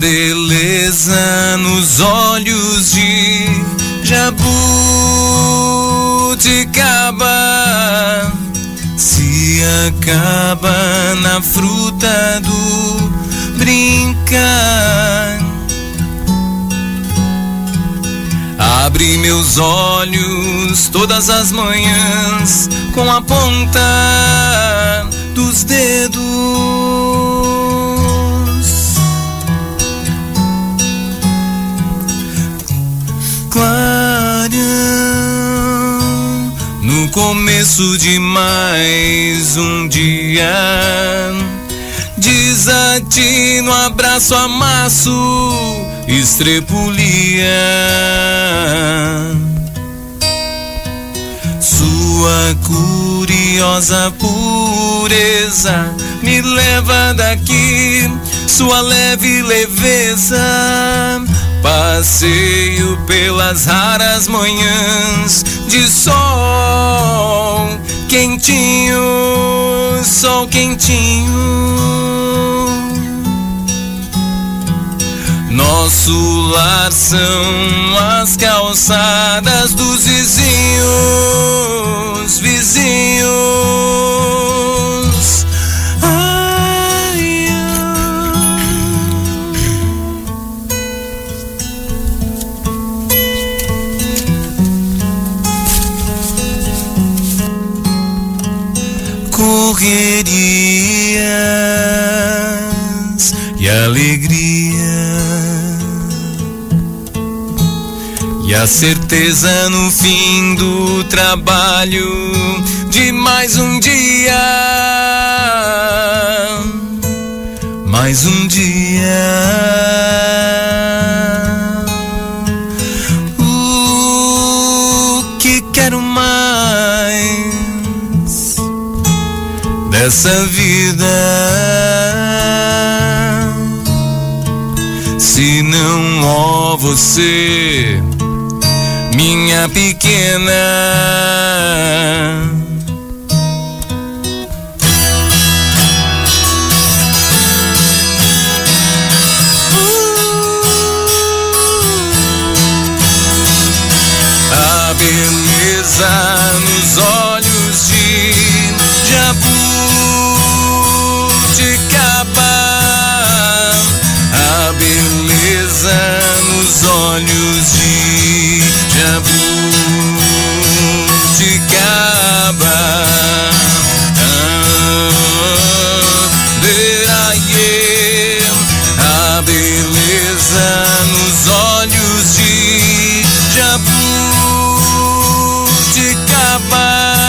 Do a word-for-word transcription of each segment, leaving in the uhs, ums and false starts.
beleza nos olhos de jabuticaba se acaba na fruta do brincar. Abre meus olhos todas as manhãs com a ponta dos dedos. Clarão no começo de mais um dia. Desatino, abraço, amasso, estrepulia. Sua curiosa pureza me leva daqui, sua leve leveza. Passeio pelas raras manhãs de sol quentinho, sol quentinho. Nosso lar são as calçadas dos vizinhos, vizinhos. Ai, correrias e alegria e a certeza no fim do trabalho de mais um dia, mais um dia. O que quero mais dessa vida, se não ó você, minha pequena. A beleza nos olhos de jabuticaba, a beleza nos olhos de jabuticaba. A beleza nos olhos de jabuticaba.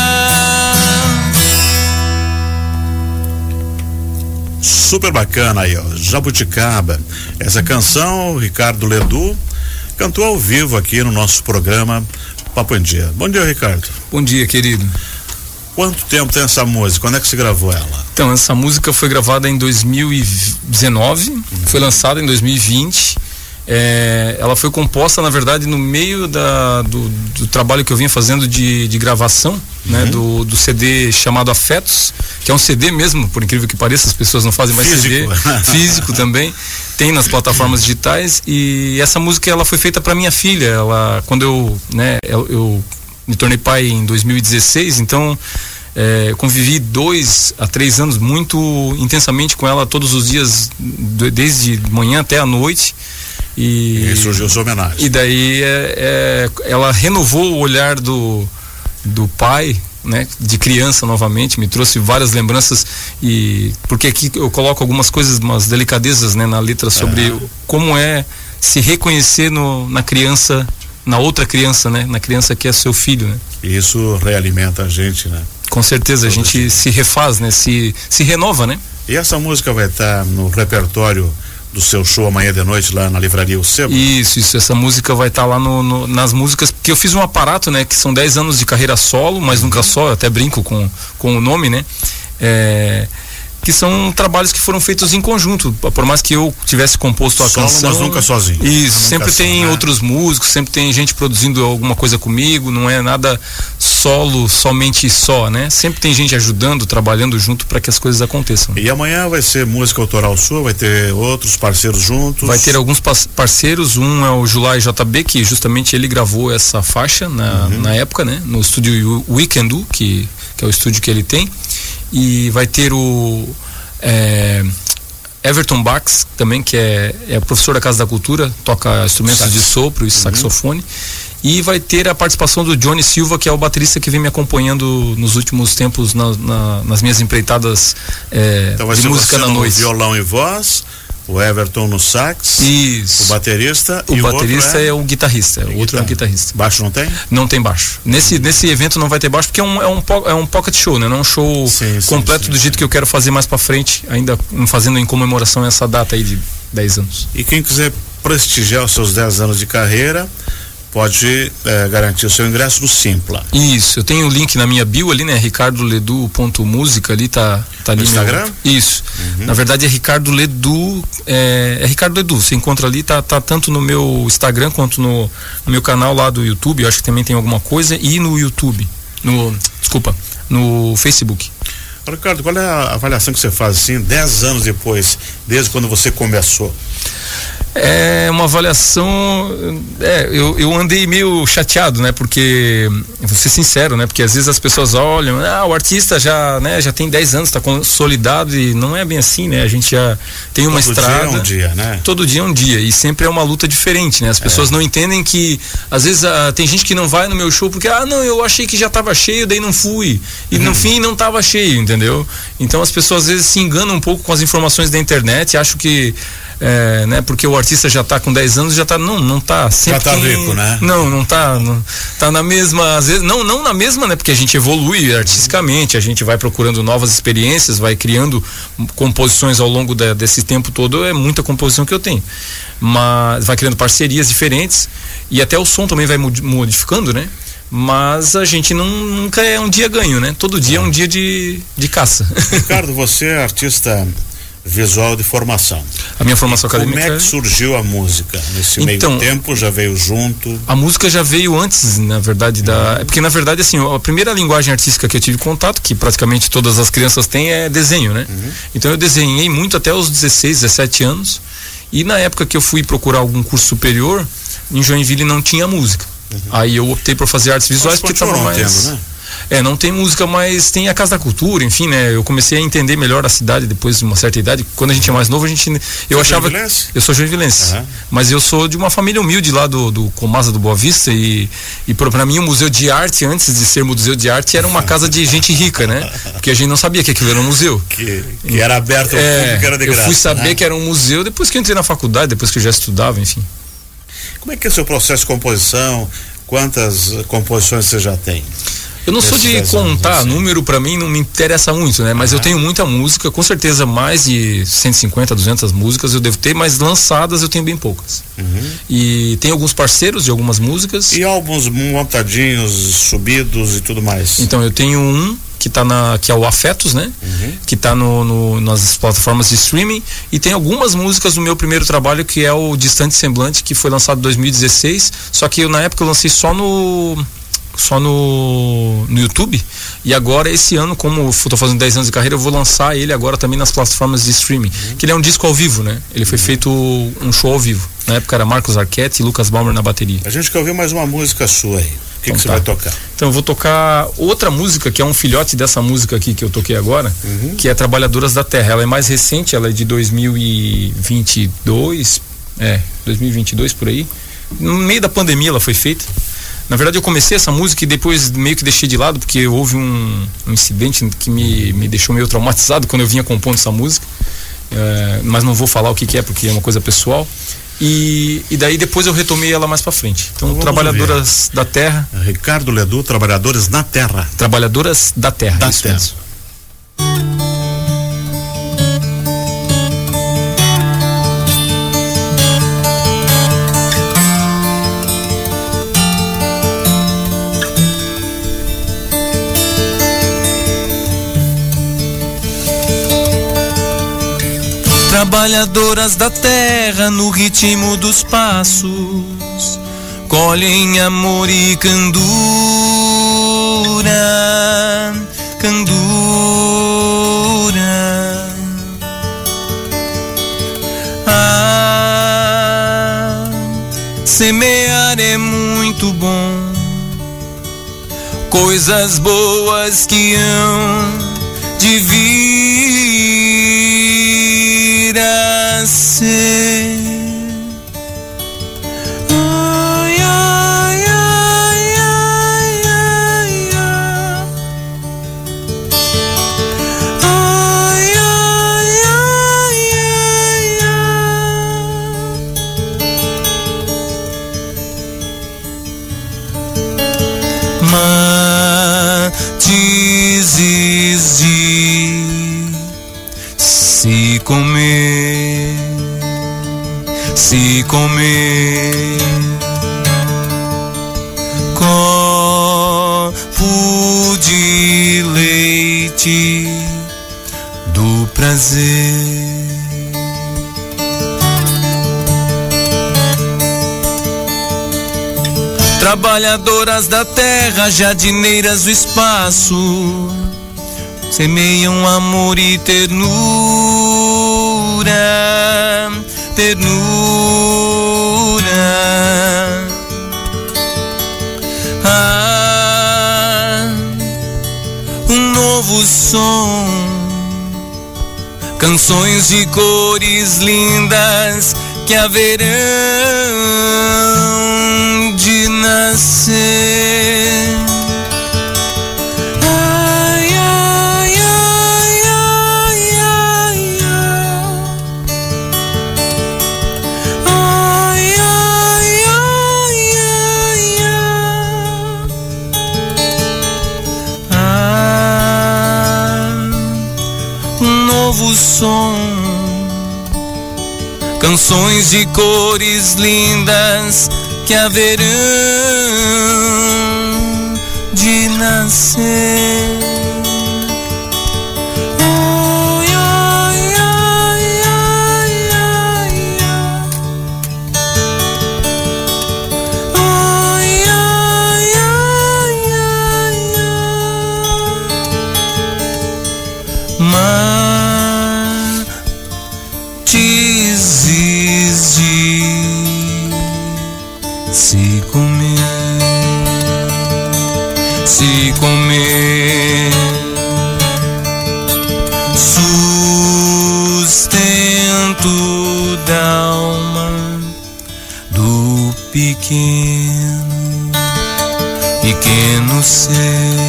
Super bacana aí, ó, Jabuticaba. Essa canção, o Ricardo Ledu cantou ao vivo aqui no nosso programa Papo em Dia. Bom dia, Ricardo. Bom dia, querido. Quanto tempo tem essa música? Quando é que se gravou ela? Então, essa música foi gravada em dois mil e dezenove, uhum. Foi lançada em dois mil e vinte. É, ela foi composta, na verdade, no meio da, do, do trabalho que eu vinha fazendo de, de gravação, uhum. né, do, do C D chamado Afetos, que é um C D mesmo, por incrível que pareça, as pessoas não fazem mais físico. C D, físico também, tem nas plataformas digitais. E essa música, ela foi feita para minha filha. Ela, quando eu, né, eu, eu me tornei pai em dois mil e dezesseis, então é, eu convivi dois a três anos muito intensamente com ela todos os dias, desde manhã até a noite. E, e surgiu sua homenagem. E daí é, é, ela renovou o olhar do, do pai, né, de criança novamente, me trouxe várias lembranças. E porque aqui eu coloco algumas coisas, umas delicadezas, né, na letra sobre uhum. como é se reconhecer no, na criança, na outra criança, né, na criança que é seu filho, né? E isso realimenta a gente, né? Com certeza, a gente se refaz, né, se, se renova, né? E essa música vai estar no repertório do seu show amanhã de noite lá na Livraria O Sebo? Isso, isso, essa música vai estar tá lá no, no, nas músicas, porque eu fiz um aparato, né, que são dez anos de carreira solo, mas nunca só, eu até brinco com, com o nome, né, é, que são trabalhos que foram feitos em conjunto, por mais que eu tivesse composto a solo, canção. Mas nunca sozinho. Isso, nunca sempre só, tem né? outros músicos, sempre tem gente produzindo alguma coisa comigo, não é nada solo somente só, né? Sempre tem gente ajudando, trabalhando junto para que as coisas aconteçam. E amanhã vai ser música autoral sua, vai ter outros parceiros juntos? Vai ter alguns parceiros, um é o Julai J B, que justamente ele gravou essa faixa na, uhum. na época, né? No estúdio Weekend, que, que é o estúdio que ele tem. E vai ter o é, Everton Bax também, que é, é professor da Casa da Cultura, toca instrumentos Sax. de sopro e uhum. saxofone. E vai ter a participação do Johnny Silva, que é o baterista que vem me acompanhando nos últimos tempos na, na, nas minhas empreitadas é, então vai de ser música você na noite. Violão e voz, o Everton no sax, Isso. o baterista o e baterista o outro é... é o guitarrista, é o outro é o guitarrista. Baixo não tem? Não tem baixo. Nesse, nesse evento não vai ter baixo porque é um, é um, é um pocket show, né? Não é um show sim, completo sim, sim, do jeito sim. que eu quero fazer mais pra frente, ainda fazendo em comemoração essa data aí de dez anos. E quem quiser prestigiar os seus dez anos de carreira, pode é, garantir o seu ingresso no Simpla. Isso, eu tenho o link na minha bio ali, né? ricardo ledu ponto música, ali tá, tá ali no Instagram? Meu... Isso. Uhum. Na verdade é Ricardo Ledu, é, é Ricardo Ledu, você encontra ali, tá, tá tanto no meu Instagram quanto no, no meu canal lá do YouTube, eu acho que também tem alguma coisa, e no YouTube, no, desculpa, no Facebook. Ricardo, qual é a avaliação que você faz assim, dez anos depois, desde quando você começou? É uma avaliação, é, eu, eu andei meio chateado, né, porque, vou ser sincero, né, porque às vezes as pessoas olham, ah, o artista já, né, já tem dez anos, está consolidado, e não é bem assim, né, a gente já tem uma todo estrada. Todo dia é um dia, né? Todo dia é um dia, e sempre é uma luta diferente, né, as pessoas é. não entendem que, às vezes, ah, tem gente que não vai no meu show porque, ah, não, eu achei que já estava cheio, daí não fui, e uhum. no fim não estava cheio, entendeu? Então as pessoas às vezes se enganam um pouco com as informações da internet, acham que É, né, porque o artista já está com dez anos, já está, não, não tá sempre já tá quem, rico, né? Não, não tá, não, tá na mesma, às vezes, não, não na mesma, né, porque a gente evolui artisticamente, a gente vai procurando novas experiências, vai criando composições ao longo da, desse tempo todo, é muita composição que eu tenho, mas vai criando parcerias diferentes e até o som também vai modificando, né? Mas a gente não, nunca é um dia ganho, né? Todo dia é um dia de, de caça. Ricardo, você é artista visual de formação. A minha formação e acadêmica. Como é que surgiu a música? Nesse então, meio tempo já veio junto? A música já veio antes, na verdade, da. Porque na verdade, assim, a primeira linguagem artística que eu tive contato, que praticamente todas as crianças têm, é desenho, né? Uhum. Então eu desenhei muito até os dezesseis, dezessete anos. E na época que eu fui procurar algum curso superior, em Joinville não tinha música. Uhum. Aí eu optei por fazer artes visuais porque estava mais. Tendo, né? É, não tem música, mas tem a Casa da Cultura, enfim, né? Eu comecei a entender melhor a cidade depois de uma certa idade. Quando a gente é mais novo, a gente. Eu Você achava. É eu sou joinvilense. Uhum. Mas eu sou de uma família humilde lá do, do Comasa do Boa Vista. E, e pra mim, o Museu de Arte, antes de ser Museu de Arte, era uma casa de gente rica, né? Porque a gente não sabia que aquilo era um museu. Que, que era aberto ao é, público, era de graça. Eu fui saber né? que era um museu depois que eu entrei na faculdade, depois que eu já estudava, enfim. Como é que é o seu processo de composição? Quantas composições você já tem? Eu não sou de contar assim. Número, pra mim não me interessa muito, né? Mas uhum. eu tenho muita música, com certeza mais de cento e cinquenta, duzentas músicas eu devo ter, mas lançadas eu tenho bem poucas. Uhum. E tem alguns parceiros de algumas músicas. E álbuns montadinhos, subidos e tudo mais? Então eu tenho um que tá na, que é o Afetos, né? Uhum. Que tá no, no, nas plataformas de streaming, e tem algumas músicas do meu primeiro trabalho, que é o Distante Semblante, que foi lançado em dois mil e dezesseis, só que eu, na época eu lancei só no só no, no YouTube, e agora esse ano, como eu tô fazendo dez anos de carreira, eu vou lançar ele agora também nas plataformas de streaming, uhum. que ele é um disco ao vivo, né? Ele foi uhum. feito um show ao vivo, na época era Marcos Arquette e Lucas Baumer na bateria. A gente quer ouvir mais uma música sua aí, o que, então, que você tá. vai tocar? Então eu vou tocar outra música, que é um filhote dessa música aqui que eu toquei agora, uhum. que é Trabalhadoras da Terra. Ela é mais recente, ela é de dois mil e vinte e dois, é, dois mil e vinte e dois por aí, no meio da pandemia ela foi feita. Na verdade eu comecei essa música e depois meio que deixei de lado, porque houve um, um incidente que me, me deixou meio traumatizado quando eu vinha compondo essa música, é, mas não vou falar o que, que é, porque é uma coisa pessoal, e, e daí depois eu retomei ela mais pra frente. Então, então Trabalhadoras da Terra. Ricardo Ledu, Trabalhadoras na Terra. Trabalhadoras da Terra. Da isso Terra. Mesmo. Trabalhadoras da terra no ritmo dos passos, colhem amor e candura candura. Ah, semear é muito bom, coisas boas que hão de vir a ser. Ai, ai, ai, ai, ai, ai. Ai, ai, ai, ai, ai. Matizes de se comer, se comer, copo de leite do prazer. Trabalhadoras da terra, jardineiras do espaço, semeiam amor e ternura, ternura. Ah, um novo som, canções de cores lindas que haverão de nascer. Ai, ai, ai, ai, ai, ai, ai, ai, ai, ah, um novo som, canções de cores lindas que haverão de nascer. Ai, ai, ai, ai, ai, ai, ai, ai, ai, matizes de se comer, se comer, sustento da alma do pequeno, pequeno ser.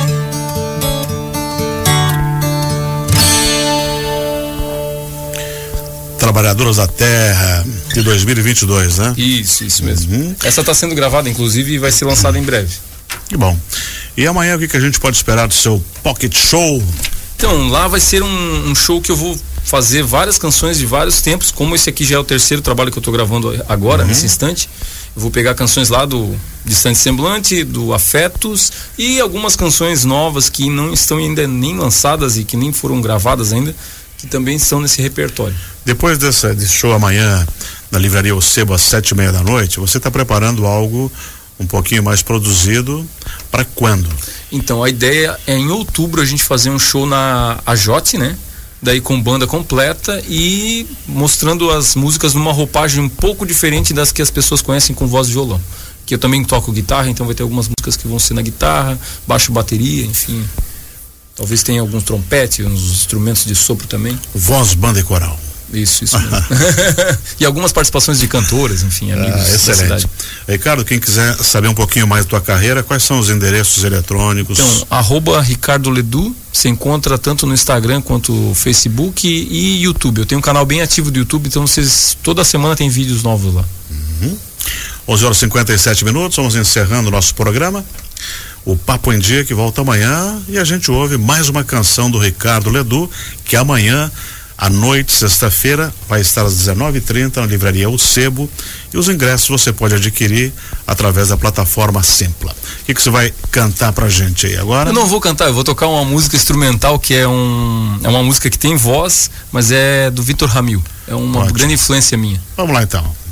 Trabalhadoras da Terra de dois mil e vinte e dois, né? Isso, isso mesmo. Uhum. Essa está sendo gravada, inclusive, e vai ser lançada em breve. Que bom. E amanhã o que, que a gente pode esperar do seu Pocket Show? Então, lá vai ser um, um show que eu vou fazer várias canções de vários tempos, como esse aqui já é o terceiro trabalho que eu estou gravando agora, uhum. nesse instante. Eu vou pegar canções lá do Distante Semblante, do Afetos e algumas canções novas que não estão ainda nem lançadas e que nem foram gravadas ainda, que também estão nesse repertório. Depois dessa, desse show amanhã na Livraria O Sebo às sete e meia da noite, você está preparando algo um pouquinho mais produzido para quando? Então, a ideia é em outubro a gente fazer um show na Ajote, né? Daí com banda completa e mostrando as músicas numa roupagem um pouco diferente das que as pessoas conhecem com voz e violão. Que eu também toco guitarra, então vai ter algumas músicas que vão ser na guitarra, baixo, bateria, enfim. Talvez tenha alguns trompetes, uns instrumentos de sopro também. Voz, banda e coral. Isso, isso mesmo. E algumas participações de cantoras, enfim, amigos ah, da cidade. Ricardo, quem quiser saber um pouquinho mais da tua carreira, quais são os endereços eletrônicos? Então, arroba Ricardo Ledu, se encontra tanto no Instagram quanto no Facebook e, e YouTube. Eu tenho um canal bem ativo do YouTube, então vocês, toda semana tem vídeos novos lá. Uhum. onze horas e cinquenta e sete minutos, vamos encerrando o nosso programa. O Papo em Dia, que volta amanhã, e a gente ouve mais uma canção do Ricardo Ledu, que amanhã à noite, sexta-feira, vai estar às dezenove e trinta na Livraria O Sebo, e os ingressos você pode adquirir através da plataforma Simpla. O que, que você vai cantar pra gente aí agora? Eu não vou cantar, eu vou tocar uma música instrumental que é um é uma música que tem voz, mas é do Vitor Ramil. É uma Ótimo. grande influência minha. Vamos lá então.